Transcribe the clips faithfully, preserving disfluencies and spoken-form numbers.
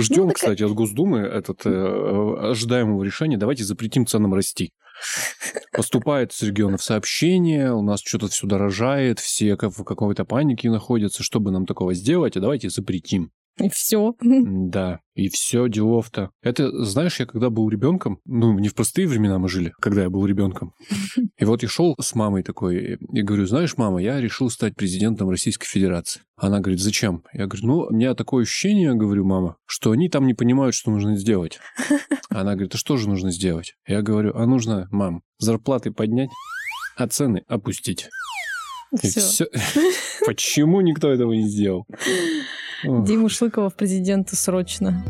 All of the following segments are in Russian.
Ждем, Ну, так... кстати, от Госдумы этот, э, ожидаемого решения. Давайте запретим ценам расти. Поступает с регионов сообщение, у нас что-то все дорожает, все в какой-то панике находятся. Чтобы нам такого сделать, а давайте запретим. И все. Да, и все, делов-то. Это, знаешь, я когда был ребенком, ну, не в простые времена мы жили, когда я был ребенком. И вот я шел с мамой такой, и говорю, знаешь, мама, я решил стать президентом Российской Федерации. Она говорит, зачем? Я говорю, ну, у меня такое ощущение, говорю, мама, что они там не понимают, что нужно сделать. Она говорит, а что же нужно сделать? Я говорю, а нужно, мам, зарплаты поднять, а цены опустить. И Все. все. Почему никто этого не сделал? Диму Шлыкова в президенты срочно.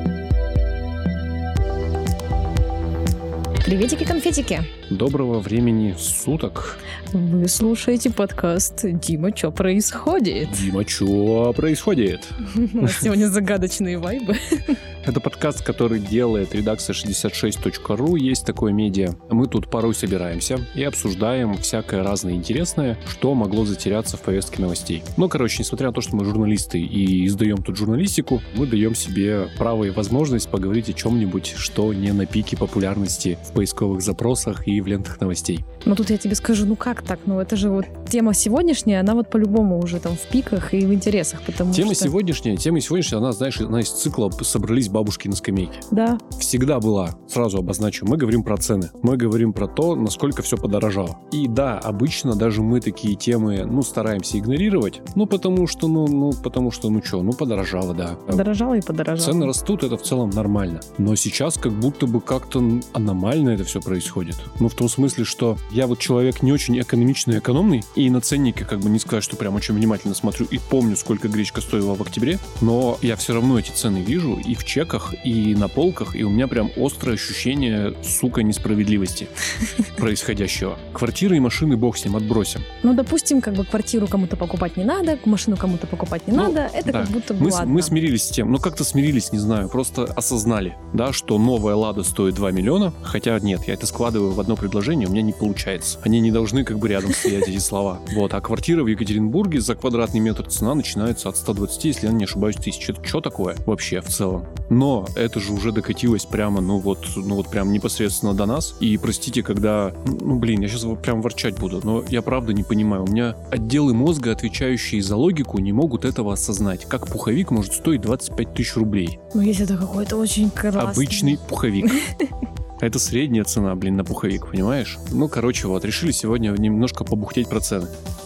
Приветики-конфетики. Доброго времени суток. Вы слушаете подкаст «Дима, чё происходит?». Дима, чё происходит? У нас сегодня загадочные вайбы. Это подкаст, который делает редакция шестьдесят шесть точка ру. Есть такое медиа. Мы тут порой собираемся и обсуждаем всякое разное интересное, что могло затеряться в повестке новостей. Ну, короче, несмотря на то, что мы журналисты и издаем тут журналистику, мы даем себе право и возможность поговорить о чем-нибудь, что не на пике популярности в поисковых запросах и в лентах новостей. Ну, тут я тебе скажу, ну как так? Ну, это же вот тема сегодняшняя, она вот по-любому уже там в пиках и в интересах, потому тема что... сегодняшняя, тема сегодняшняя, она, знаешь, она из цикла «Собрались бабушки на скамейке». Да. Всегда была, сразу обозначу, мы говорим про цены, мы говорим про то, насколько все подорожало. И да, обычно даже мы такие темы, ну, стараемся игнорировать, ну, потому что, ну, ну, потому что, ну, что, ну, подорожало, да. Подорожало и подорожало. Цены растут, это в целом нормально. Но сейчас как будто бы как-то аномально это все происходит. Ну, в том смысле, что я вот человек не очень экономичный и экономный, и на ценнике как бы не сказать, что прям очень внимательно смотрю и помню, сколько гречка стоила в октябре, но я все равно эти цены вижу и в чеках, и на полках, и у меня прям острое ощущение, сука, несправедливости происходящего. Квартиры и машины бог с ним, отбросим. Ну, допустим, как бы квартиру кому-то покупать не надо, машину кому-то покупать не ну, надо, это да. Как будто бы мы, ладно. Мы смирились с тем, ну как-то смирились, не знаю, просто осознали, да, что новая Лада стоит два миллиона, хотя нет, я это складываю в одно предложение, у меня не получается. Они не должны как бы рядом стоять, эти слова. Вот, а квартира в Екатеринбурге за квадратный метр цена начинается от ста двадцати, если я не ошибаюсь, тысяч. Это что такое вообще в целом? Но это же уже докатилось прямо, ну вот, ну вот прям непосредственно до нас. И простите, когда, ну блин, я сейчас прям ворчать буду, но я правда не понимаю. У меня отделы мозга, отвечающие за логику, не могут этого осознать. Как пуховик может стоить двадцать пять тысяч рублей? Ну если это какой-то очень классный. Обычный пуховик. Это средняя цена, блин, на пуховик, понимаешь? Ну, короче, вот, решили сегодня немножко побухтеть про цены.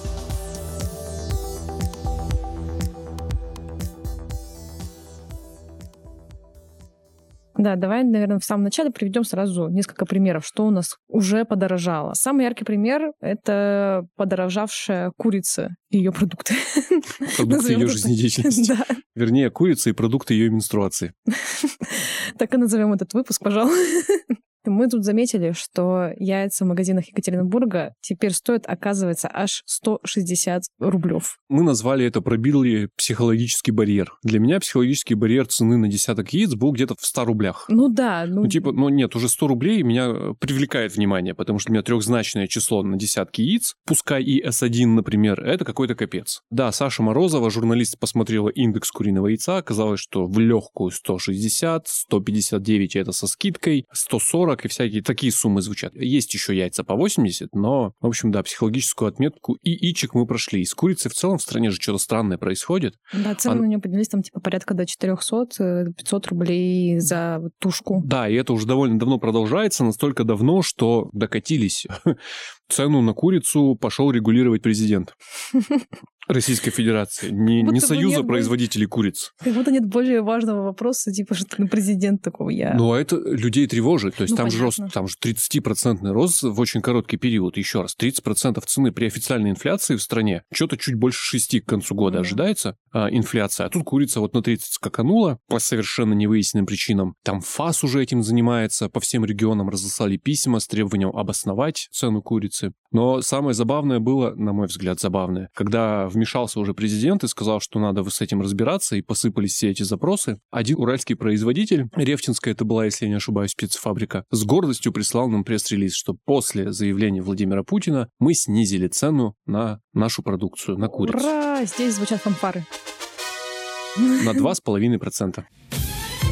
Да, давай, наверное, в самом начале приведем сразу несколько примеров, что у нас уже подорожало. Самый яркий пример — это подорожавшая курица и ее продукты. Продукты ее жизнедеятельности. Да. Вернее, курица и продукты ее менструации. Так и назовем этот выпуск, пожалуй. Мы тут заметили, что яйца в магазинах Екатеринбурга теперь стоят, оказывается, аж сто шестьдесят рублев. Мы назвали это, пробили психологический барьер. Для меня психологический барьер цены на десяток яиц был где-то в ста рублях. Ну да. Ну, ну типа, ну нет, уже сто рублей меня привлекает внимание, потому что у меня трехзначное число на десятки яиц, пускай и эс один, например, это какой-то капец. Да, Саша Морозова, журналист, посмотрела индекс куриного яйца, оказалось, что в легкую сто шестьдесят, сто пятьдесят девять это со скидкой, сто сорок и всякие такие суммы звучат. Есть еще яйца по восемьдесят, но, в общем, да, психологическую отметку и ичик мы прошли. И с курицей в целом в стране же что-то странное происходит. Да, цены а... на нее поднялись там типа порядка до четыреста-пятьсот рублей за тушку. Да, и это уже довольно давно продолжается, настолько давно, что докатились. Цену на курицу пошел регулировать президент Российской Федерации, не, не Союза производителей куриц. Как будто нет более важного вопроса, типа, что ты президент такого я. Ну, а это людей тревожит. То есть ну, там, же рост, там же тридцатипроцентный рост в очень короткий период. Еще раз, тридцать процентов цены при официальной инфляции в стране. Что-то чуть больше шести к концу года mm-hmm. ожидается а, инфляция. А тут курица вот на тридцать скаканула по совершенно невыясненным причинам. Там ФАС уже этим занимается. По всем регионам разослали письма с требованием обосновать цену курицы. Но самое забавное было, на мой взгляд, забавное, когда вмешался уже президент и сказал, что надо с этим разбираться, и посыпались все эти запросы. Один уральский производитель, Рефтинская это была, если я не ошибаюсь, спецфабрика, с гордостью прислал нам пресс-релиз, что после заявления Владимира Путина мы снизили цену на нашу продукцию, на курицу. Ура! Здесь звучат фанфары. На два с половиной процента.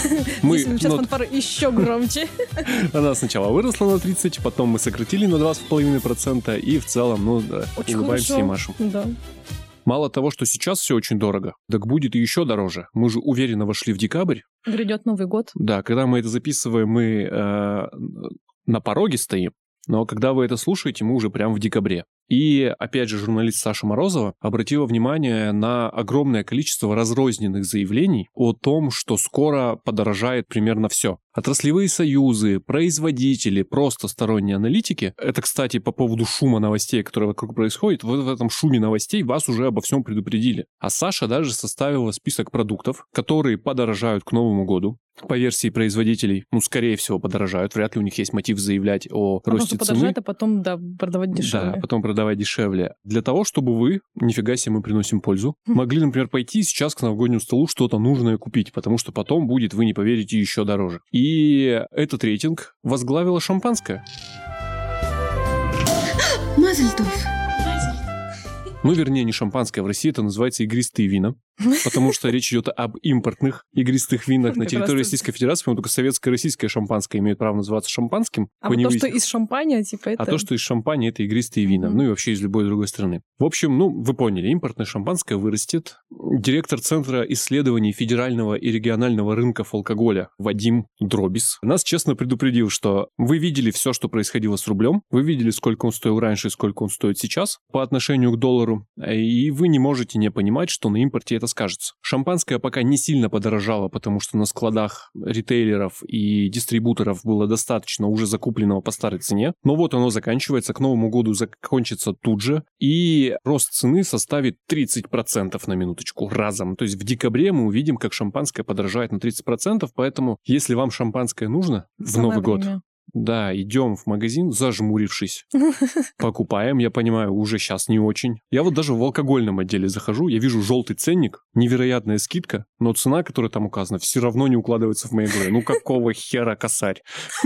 Мы, Если сейчас но... фанфары еще громче. Она сначала выросла на тридцать, потом мы сократили на двадцать пять целых пять десятых процента, и в целом, ну, да, улыбаемся и машем. Да. Мало того, что сейчас все очень дорого, так будет и еще дороже. Мы же уверенно вошли в декабрь. Грядет Новый год. Да, когда мы это записываем, мы э, на пороге стоим, но когда вы это слушаете, мы уже прямо в декабре. И, опять же, журналист Саша Морозова обратила внимание на огромное количество разрозненных заявлений о том, что скоро подорожает примерно все. Отраслевые союзы, производители, просто сторонние аналитики. Это, кстати, по поводу шума новостей, который вокруг происходит. Вот в этом шуме новостей вас уже обо всем предупредили. А Саша даже составила список продуктов, которые подорожают к Новому году. По версии производителей, ну, скорее всего, подорожают. Вряд ли у них есть мотив заявлять о а росте цены. Подорожает, а потом, да, продавать дешевле. Да, потом продавать дешевле. Для того, чтобы вы, нифига себе мы приносим пользу, могли, например, пойти сейчас к новогоднему столу что-то нужное купить, потому что потом будет, вы не поверите, еще дороже. И этот рейтинг возглавило шампанское. Мазельтов. Ну, вернее, не шампанское. В России это называется игристые вина, потому что речь идет об импортных игристых винах на территории Российской Федерации, потому только советское и российское шампанское имеют право называться шампанским. А вот то, что из шампани, типа это... А то, что из шампани, это игристые вина. Mm-hmm. Ну и вообще из любой другой страны. В общем, ну, вы поняли, импортное шампанское вырастет. Директор Центра исследований федерального и регионального рынков алкоголя Вадим Дробис нас честно предупредил, что вы видели все, что происходило с рублем, вы видели, сколько он стоил раньше и сколько он стоит сейчас по отношению к доллару, и вы не можете не понимать, что на импорте это скажется. Шампанское пока не сильно подорожало, потому что на складах ритейлеров и дистрибуторов было достаточно уже закупленного по старой цене. Но вот оно заканчивается, к Новому году закончится тут же, и рост цены составит тридцать процентов на минуточку разом. То есть в декабре мы увидим, как шампанское подорожает на тридцать процентов, поэтому если вам шампанское нужно в Самое Новый время. год... Да, идем в магазин, зажмурившись. Покупаем, я понимаю, уже сейчас не очень. Я вот даже в алкогольном отделе захожу, я вижу желтый ценник, невероятная скидка, но цена, которая там указана, все равно не укладывается в моей голове. Ну какого хера косарь?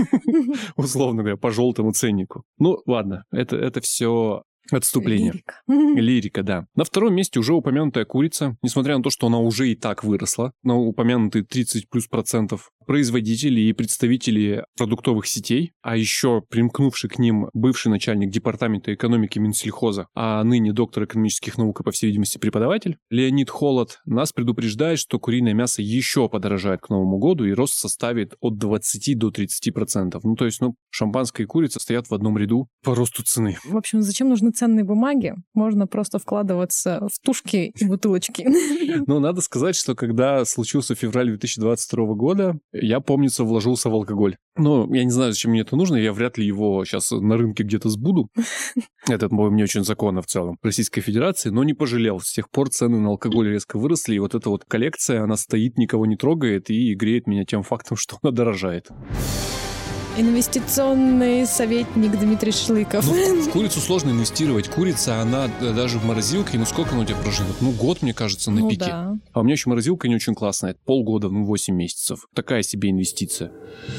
Условно говоря, по желтому ценнику. Ну ладно, это, это все... Отступление. Лирика. Лирика, да. На втором месте уже упомянутая курица, несмотря на то, что она уже и так выросла, на упомянутые тридцать плюс процентов, производители и представители продуктовых сетей, а еще примкнувший к ним бывший начальник департамента экономики Минсельхоза, а ныне доктор экономических наук и, по всей видимости, преподаватель, Леонид Холод, нас предупреждает, что куриное мясо еще подорожает к Новому году, и рост составит от двадцати до тридцати процентов. Ну, то есть, ну, шампанское и курица стоят в одном ряду по росту цены. В общем, зачем нужны ценные бумаги? Можно просто вкладываться в тушки и бутылочки. Ну, надо сказать, что когда случился февраль две тысячи двадцать второго года, я, помнится, вложился в алкоголь. Ну, я не знаю, зачем мне это нужно, я вряд ли его сейчас на рынке где-то сбуду. Это, по-моему, не очень законно в целом Российской Федерации, но не пожалел. С тех пор цены на алкоголь резко выросли, и вот эта вот коллекция, она стоит, никого не трогает и греет меня тем фактом, что она дорожает. Инвестиционный советник Дмитрий Шлыков. Ну, в курицу сложно инвестировать. Курица, она даже в морозилке, ну сколько она у тебя проживет? Ну, год, мне кажется, на ну, пике. Да. А у меня еще морозилка не очень классная. Полгода, ну, восемь месяцев. Такая себе инвестиция.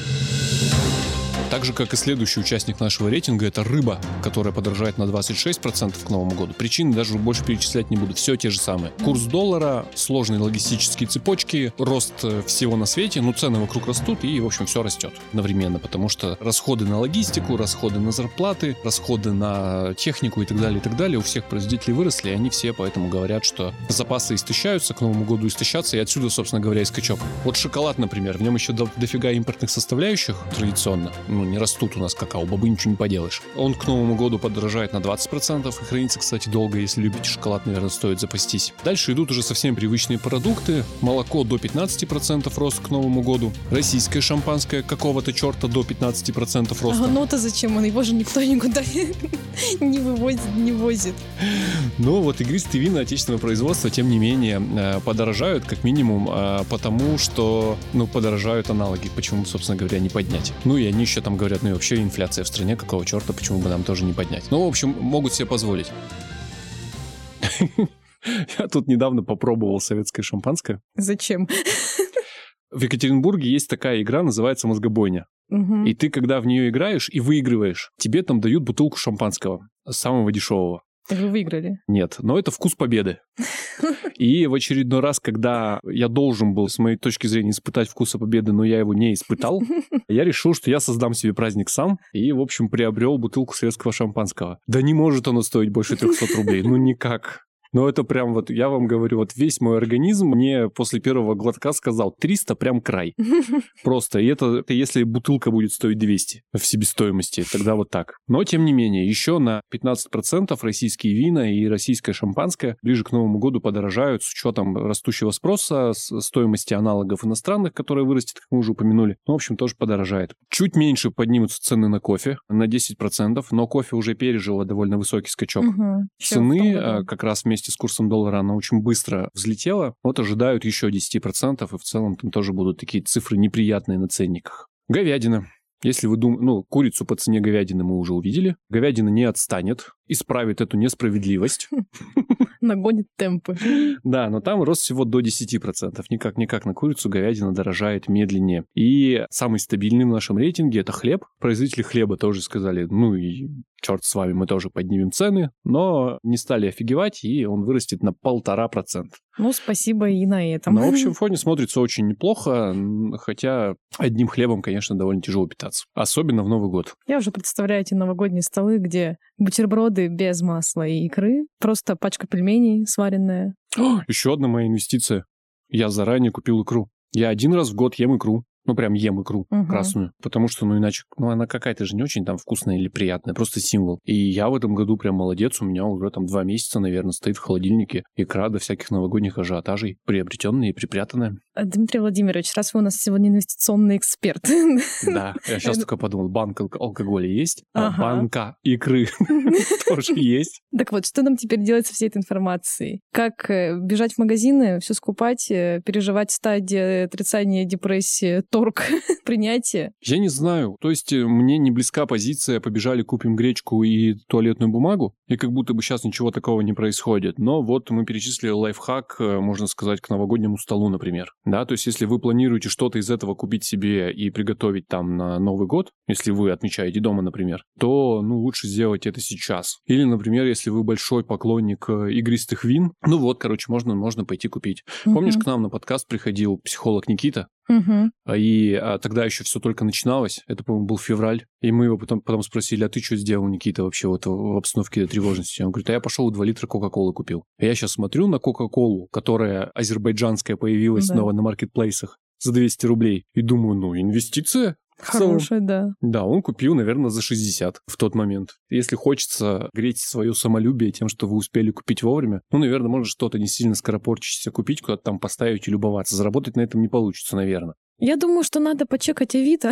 Так же, как и следующий участник нашего рейтинга, это рыба, которая подорожает на двадцать шесть процентов к Новому году. Причины даже больше перечислять не буду, все те же самые. Курс доллара, сложные логистические цепочки, рост всего на свете, ну цены вокруг растут и, в общем, все растет одновременно, потому что расходы на логистику, расходы на зарплаты, расходы на технику и так далее, и так далее у всех производителей выросли, и они все поэтому говорят, что запасы истощаются, к Новому году истощатся, и отсюда, собственно говоря, и скачок. Вот шоколад, например, в нем еще до, дофига импортных составляющих традиционно. Ну, не растут у нас какао-бобы, ничего не поделаешь. Он к Новому году подорожает на двадцать процентов и хранится, кстати, долго. Если любите шоколад, наверное, стоит запастись. Дальше идут уже совсем привычные продукты. Молоко до пятнадцати процентов рост к Новому году. Российское шампанское какого-то черта до пятнадцати процентов роста. А ну-то зачем? Он его же никто никуда не вывозит, не возит. Ну вот игристые вина отечественного производства, тем не менее, подорожают, как минимум, потому что, ну, подорожают аналоги. Почему, собственно говоря, не поднять? Ну и они еще там говорят, ну и вообще инфляция в стране, какого черта, почему бы нам тоже не поднять? Ну, в общем, могут себе позволить. Я тут недавно попробовал советское шампанское. Зачем? В Екатеринбурге есть такая игра, называется «Мозгобойня». Угу. И ты, когда в нее играешь и выигрываешь, тебе там дают бутылку шампанского, самого дешевого. Так вы выиграли. Нет, но это вкус победы. И в очередной раз, когда я должен был, с моей точки зрения, испытать вкуса победы, но я его не испытал, я решил, что я создам себе праздник сам и, в общем, приобрел бутылку светского шампанского. Да не может оно стоить больше трехсот рублей. Ну, никак. Но это прям вот, я вам говорю, вот весь мой организм мне после первого глотка сказал, триста прям край. Просто. И это, это если бутылка будет стоить двести в себестоимости, тогда вот так. Но, тем не менее, еще на пятнадцать процентов российские вина и российское шампанское ближе к Новому году подорожают с учетом растущего спроса, с стоимости аналогов иностранных, которые вырастет, как мы уже упомянули. Ну, в общем, тоже подорожает. Чуть меньше поднимутся цены на кофе, на десять процентов, но кофе уже пережил довольно высокий скачок. Угу. Цены как раз вместе с курсом доллара она очень быстро взлетела. Вот ожидают еще десять процентов, и в целом там тоже будут такие цифры неприятные на ценниках. Говядина. Если вы думаете, ну, курицу по цене говядины мы уже увидели. Говядина не отстанет, исправит эту несправедливость. Нагонит темпы. Да, но там рост всего до десять процентов. Никак-никак на курицу говядина дорожает медленнее. И самый стабильный в нашем рейтинге – это хлеб. Производители хлеба тоже сказали, ну и черт с вами, мы тоже поднимем цены, но не стали офигевать, и он вырастет на полтора процента. Ну, спасибо и на этом. На общем фоне смотрится очень неплохо, хотя одним хлебом, конечно, довольно тяжело питаться. Особенно в Новый год. Я уже представляю эти новогодние столы, где бутерброды без масла и икры, просто пачка пельменей сваренная. О, еще одна моя инвестиция. Я заранее купил икру. Я один раз в год ем икру. Ну, прям ем икру угу. красную. Потому что, ну, иначе, ну, она какая-то же не очень там вкусная или приятная, просто символ. И я в этом году прям молодец. У меня уже там два месяца, наверное, стоит в холодильнике икра до всяких новогодних ажиотажей, приобретенная и припрятанная. Дмитрий Владимирович, раз вы у нас сегодня инвестиционный эксперт. Да, я сейчас только подумал, банк алкоголя есть, а банка икры тоже есть. Так вот, что нам теперь делать со всей этой информацией? Как бежать в магазины, все скупать, переживать стадии отрицания, депрессии, торг, принятие? Я не знаю. То есть мне не близка позиция «побежали, купим гречку и туалетную бумагу», и как будто бы сейчас ничего такого не происходит. Но вот мы перечислили лайфхак, можно сказать, к новогоднему столу, например. Да, то есть если вы планируете что-то из этого купить себе и приготовить там на Новый год, если вы отмечаете дома, например, то, ну, лучше сделать это сейчас. Или, например, если вы большой поклонник игристых вин, ну вот, короче, можно, можно пойти купить. Угу. Помнишь, к нам на подкаст приходил психолог Никита? Угу. И а, тогда еще все только начиналось. Это, по-моему, был февраль. И мы его потом, потом спросили, а ты что сделал, Никита, вообще вот в обстановке тревожности? Он говорит, а я пошел два литра Кока-Колы купил. А я сейчас смотрю на Кока-Колу, которая азербайджанская появилась да. снова на маркетплейсах за двести рублей. И думаю, ну, инвестиция. Хорошая, да. Да, он купил, наверное, за шестьдесят в тот момент. Если хочется греть свое самолюбие тем, что вы успели купить вовремя, ну, наверное, можно что-то не сильно скоропорчащееся купить, куда-то там поставить и любоваться. Заработать на этом не получится, наверное. Я думаю, что надо почекать Авито.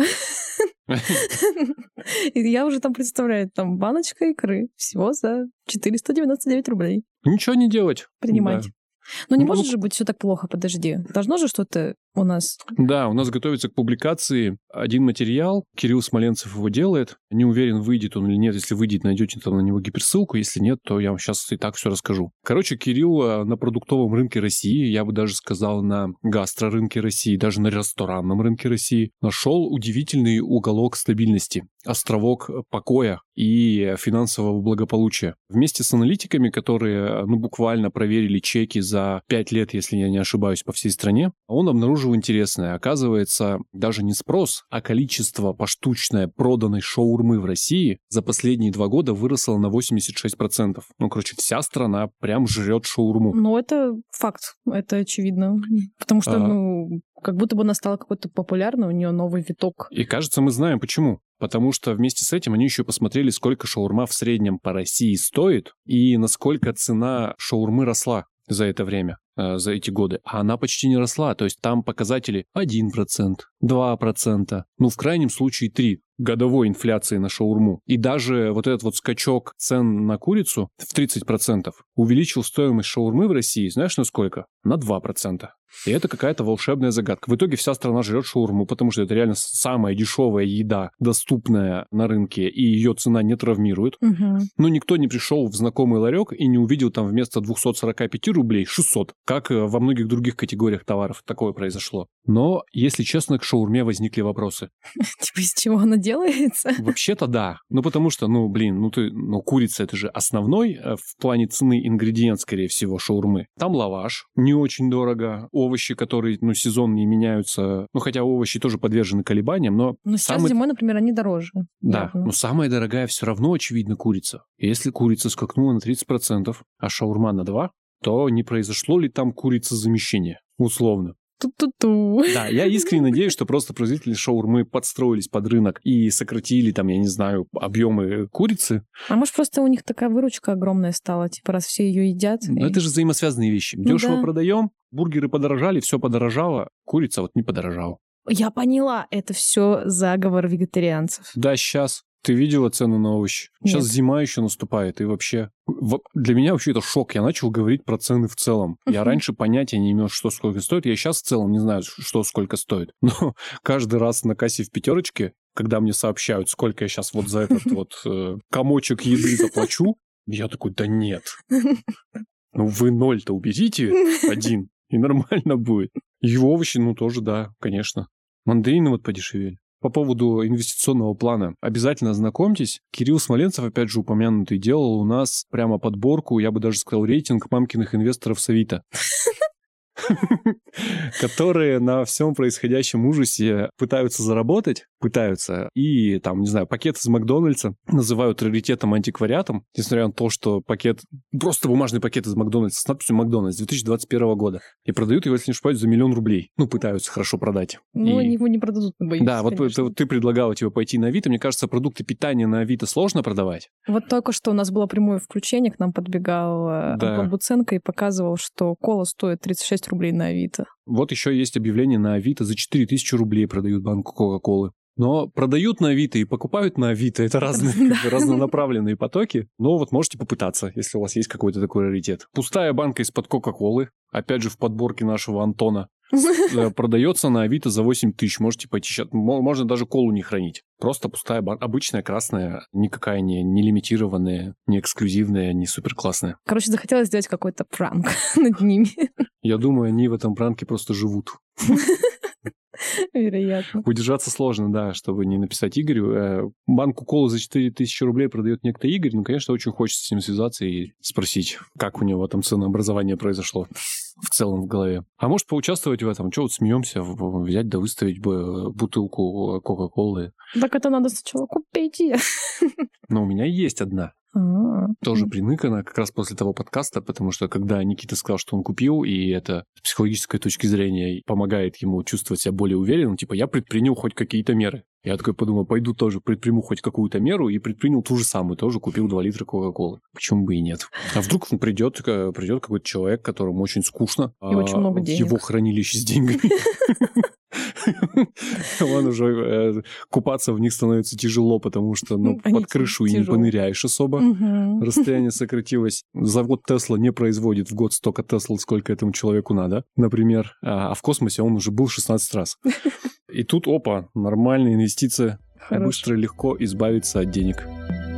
Я уже там представляю, там баночка икры всего за четыреста девяносто девять рублей. Ничего не делать. Принимать. Но не ну, может же быть все так плохо, подожди. Должно же что-то у нас... Да, у нас готовится к публикации один материал. Кирилл Смоленцев его делает. Не уверен, выйдет он или нет. Если выйдет, найдете там на него гиперссылку. Если нет, то я вам сейчас и так все расскажу. Короче, Кирилл на продуктовом рынке России, я бы даже сказал, на гастрорынке России, даже на ресторанном рынке России, нашел удивительный уголок стабильности, островок покоя и финансового благополучия. Вместе с аналитиками, которые, ну, буквально проверили чеки за пять лет, если я не ошибаюсь, по всей стране, он обнаружил интересное. Оказывается, даже не спрос, а количество поштучное проданной шаурмы в России за последние два года выросло на восемьдесят шесть процентов. Ну, короче, вся страна прям жрет шаурму. Ну, это факт, это очевидно. Потому что, а... ну, как будто бы она стала какой-то популярной, у нее новый виток. И кажется, мы знаем почему. Потому что вместе с этим они еще посмотрели, сколько шаурма в среднем по России стоит и насколько цена шаурмы росла за это время, э, за эти годы. А она почти не росла. То есть там показатели один процент, два процента, ну в крайнем случае три процента годовой инфляции на шаурму. И даже вот этот вот скачок цен на курицу в тридцать процентов увеличил стоимость шаурмы в России, знаешь, на сколько? На два процента. И это какая-то волшебная загадка. В итоге вся страна жрет шаурму, потому что это реально самая дешевая еда, доступная на рынке, и ее цена не травмирует. Угу. Но никто не пришел в знакомый ларек и не увидел там вместо двести сорок пять рублей шестьсот, как во многих других категориях товаров такое произошло. Но, если честно, к шаурме возникли вопросы. Типа, из чего она делается? Вообще-то да. Ну, потому что, ну, блин, ну, ты, ну, курица — это же основной в плане цены ингредиент, скорее всего, шаурмы. Там лаваш, не очень дорого, овощи, которые, ну, сезонные меняются. Ну, хотя овощи тоже подвержены колебаниям, но... Но сейчас самый... зимой, например, они дороже. Да, явно. но самая дорогая все равно, очевидно, курица. И если курица скакнула на тридцать процентов, а шаурма на два процента, то не произошло ли там курицезамещение, условно? Ту-ту-ту. Да, я искренне надеюсь, что просто производители шаурмы подстроились под рынок и сократили там, я не знаю, объемы курицы. А может, просто у них такая выручка огромная стала, типа, раз все ее едят. Но и... это же взаимосвязанные вещи. Ну Дешево да. продаем, бургеры подорожали, все подорожало, курица вот не подорожала. Я поняла, это все заговор вегетарианцев. Да, сейчас. Ты видела цену на овощи? Сейчас Нет. зима еще наступает, и вообще... в- Для меня вообще это шок. Я начал говорить про цены в целом. Я Мгм. раньше понятия не имел, что сколько стоит. Я сейчас в целом не знаю, что сколько стоит. Но каждый раз на кассе в пятерочке, когда мне сообщают, сколько я сейчас вот за этот вот э, комочек еды заплачу, я такой, да нет. Ну вы ноль-то уберите один, и нормально будет. И овощи, ну тоже да, конечно. Мандарины вот подешевели. По поводу инвестиционного плана. Обязательно ознакомьтесь. Кирилл Смоленцев, опять же упомянутый, делал у нас прямо подборку, я бы даже сказал, рейтинг мамкиных инвесторов с Авито. Которые на всем происходящем ужасе пытаются заработать, пытаются, и там, не знаю, пакет из Макдональдса называют раритетом, антиквариатом, несмотря на то, что пакет, просто бумажный пакет из Макдональдса с надписью Макдональдс две тысячи двадцать первого года. И продают его, если не ошибаюсь, за миллион рублей. Ну, пытаются хорошо продать. Ну, И- они его не продадут, боюсь. Да, вот конечно. ты, ты предлагал типа пойти на Авито. Мне кажется, продукты питания на Авито сложно продавать. Вот только что у нас было прямое включение, к нам подбегал э, Да. Антон Буценко и показывал, что кола стоит тридцать шесть рублей на Авито. Вот еще есть объявление на Авито. За четыре тысячи рублей продают банку Кока-Колы. Но продают на Авито и покупают на Авито. Это разные, как бы, разнонаправленные потоки. Но вот можете попытаться, если у вас есть какой-то такой раритет. Пустая банка из-под Кока-Колы, опять же в подборке нашего Антона, э, продается на Авито за восемь тысяч. Можете пойти сейчас. Мо- Можно даже колу не хранить. Просто пустая банка. Обычная, красная, никакая не, не лимитированная, не эксклюзивная, не суперклассная. Короче, захотелось сделать какой-то пранк над ними. Я думаю, они в этом пранке просто живут. Вероятно. Удержаться сложно, да, чтобы не написать Игорю. Э, банку колы за четыре тысячи рублей продает некто Игорь. Ну, конечно, очень хочется с ним связаться и спросить, как у него там ценообразование произошло в целом в голове. А может, поучаствовать в этом? Чего вот смеемся? В- Взять да выставить бы бутылку Кока-Колы. Так это надо сначала купить. Но у меня есть одна. А, Тоже приныкана как раз после того подкаста, потому что когда Никита сказал, что он купил, и это с психологической точки зрения помогает ему чувствовать себя более уверенным, типа я предпринял хоть какие-то меры. Я такой подумал, пойду тоже предприму хоть какую-то меру, и предпринял ту же самую, тоже купил два литра Кока-Колы. Почему бы и нет? А вдруг он придет, э, придет какой-то человек, которому очень скучно. И очень много в денег. его хранилище с деньгами. Он уже э, купаться в них становится тяжело, потому что ну, Они под крышу и не тяжелые. поныряешь особо. Мгм. Расстояние сократилось. Завод Тесла не производит в год столько Тесл, сколько этому человеку надо, например. А а в космосе он уже был шестнадцать раз. И тут, опа, нормальная инвестиция. Хорошо. Быстро и легко избавиться от денег.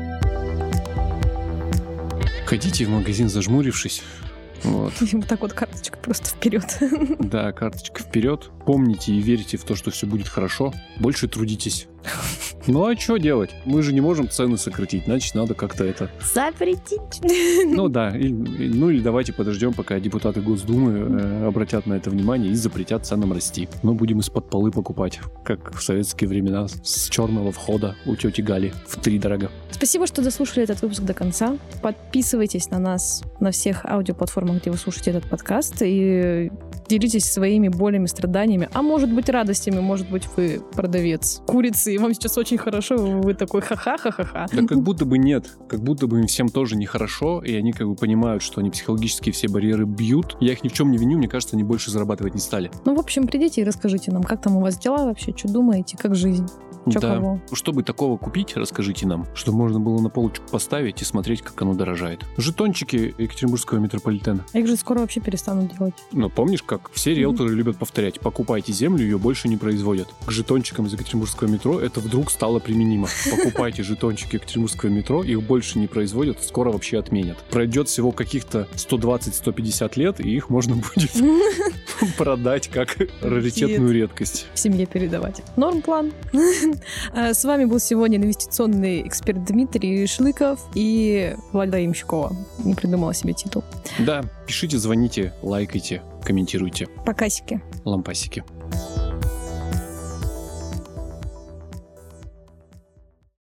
Ходите в магазин, зажмурившись. Вот. И вот так вот карточка просто вперед. Да, карточка вперед. Помните и верьте в то, что все будет хорошо. Больше трудитесь. Ну а что делать? Мы же не можем цены сократить, значит, надо как-то это... Запретить. Ну да, и- и- ну или давайте подождем, пока депутаты Госдумы э, обратят на это внимание и запретят ценам расти. Но будем из-под полы покупать, как в советские времена, с черного входа у тети Гали втридорога. Спасибо, что дослушали этот выпуск до конца. Подписывайтесь на нас на всех аудиоплатформах, где вы слушаете этот подкаст, и делитесь своими болями, страданиями, а может быть радостями, может быть вы продавец курицы, и вам сейчас очень хорошо, вы такой ха-ха-ха-ха-ха. Да как будто бы нет, как будто бы им всем тоже нехорошо, и они как бы понимают, что они психологически все барьеры бьют. Я их ни в чем не виню, мне кажется, они больше зарабатывать не стали. Ну, в общем, придите и расскажите нам, как там у вас дела вообще, что думаете, как жизнь. Чё да. кого? Чтобы такого купить, расскажите нам, что можно было на полочку поставить и смотреть, как оно дорожает. Жетончики Екатеринбургского метрополитена. А их же скоро вообще перестанут делать. Ну, помнишь, как все риэлторы mm-hmm. любят повторять: покупайте землю, ее больше не производят. К жетончикам из Екатеринбургского метро это вдруг стало применимо. Покупайте жетончики Екатеринбургского метро, их больше не производят, скоро вообще отменят. Пройдет всего каких-то сто двадцать - сто пятьдесят лет, и их можно будет продать как раритетную редкость. В семье передавать. Норм-план. С вами был сегодня инвестиционный эксперт Дмитрий Шлыков и Вальда Ямщикова. Не придумала себе титул. Да, пишите, звоните, лайкайте, комментируйте. Покасики. Лампасики.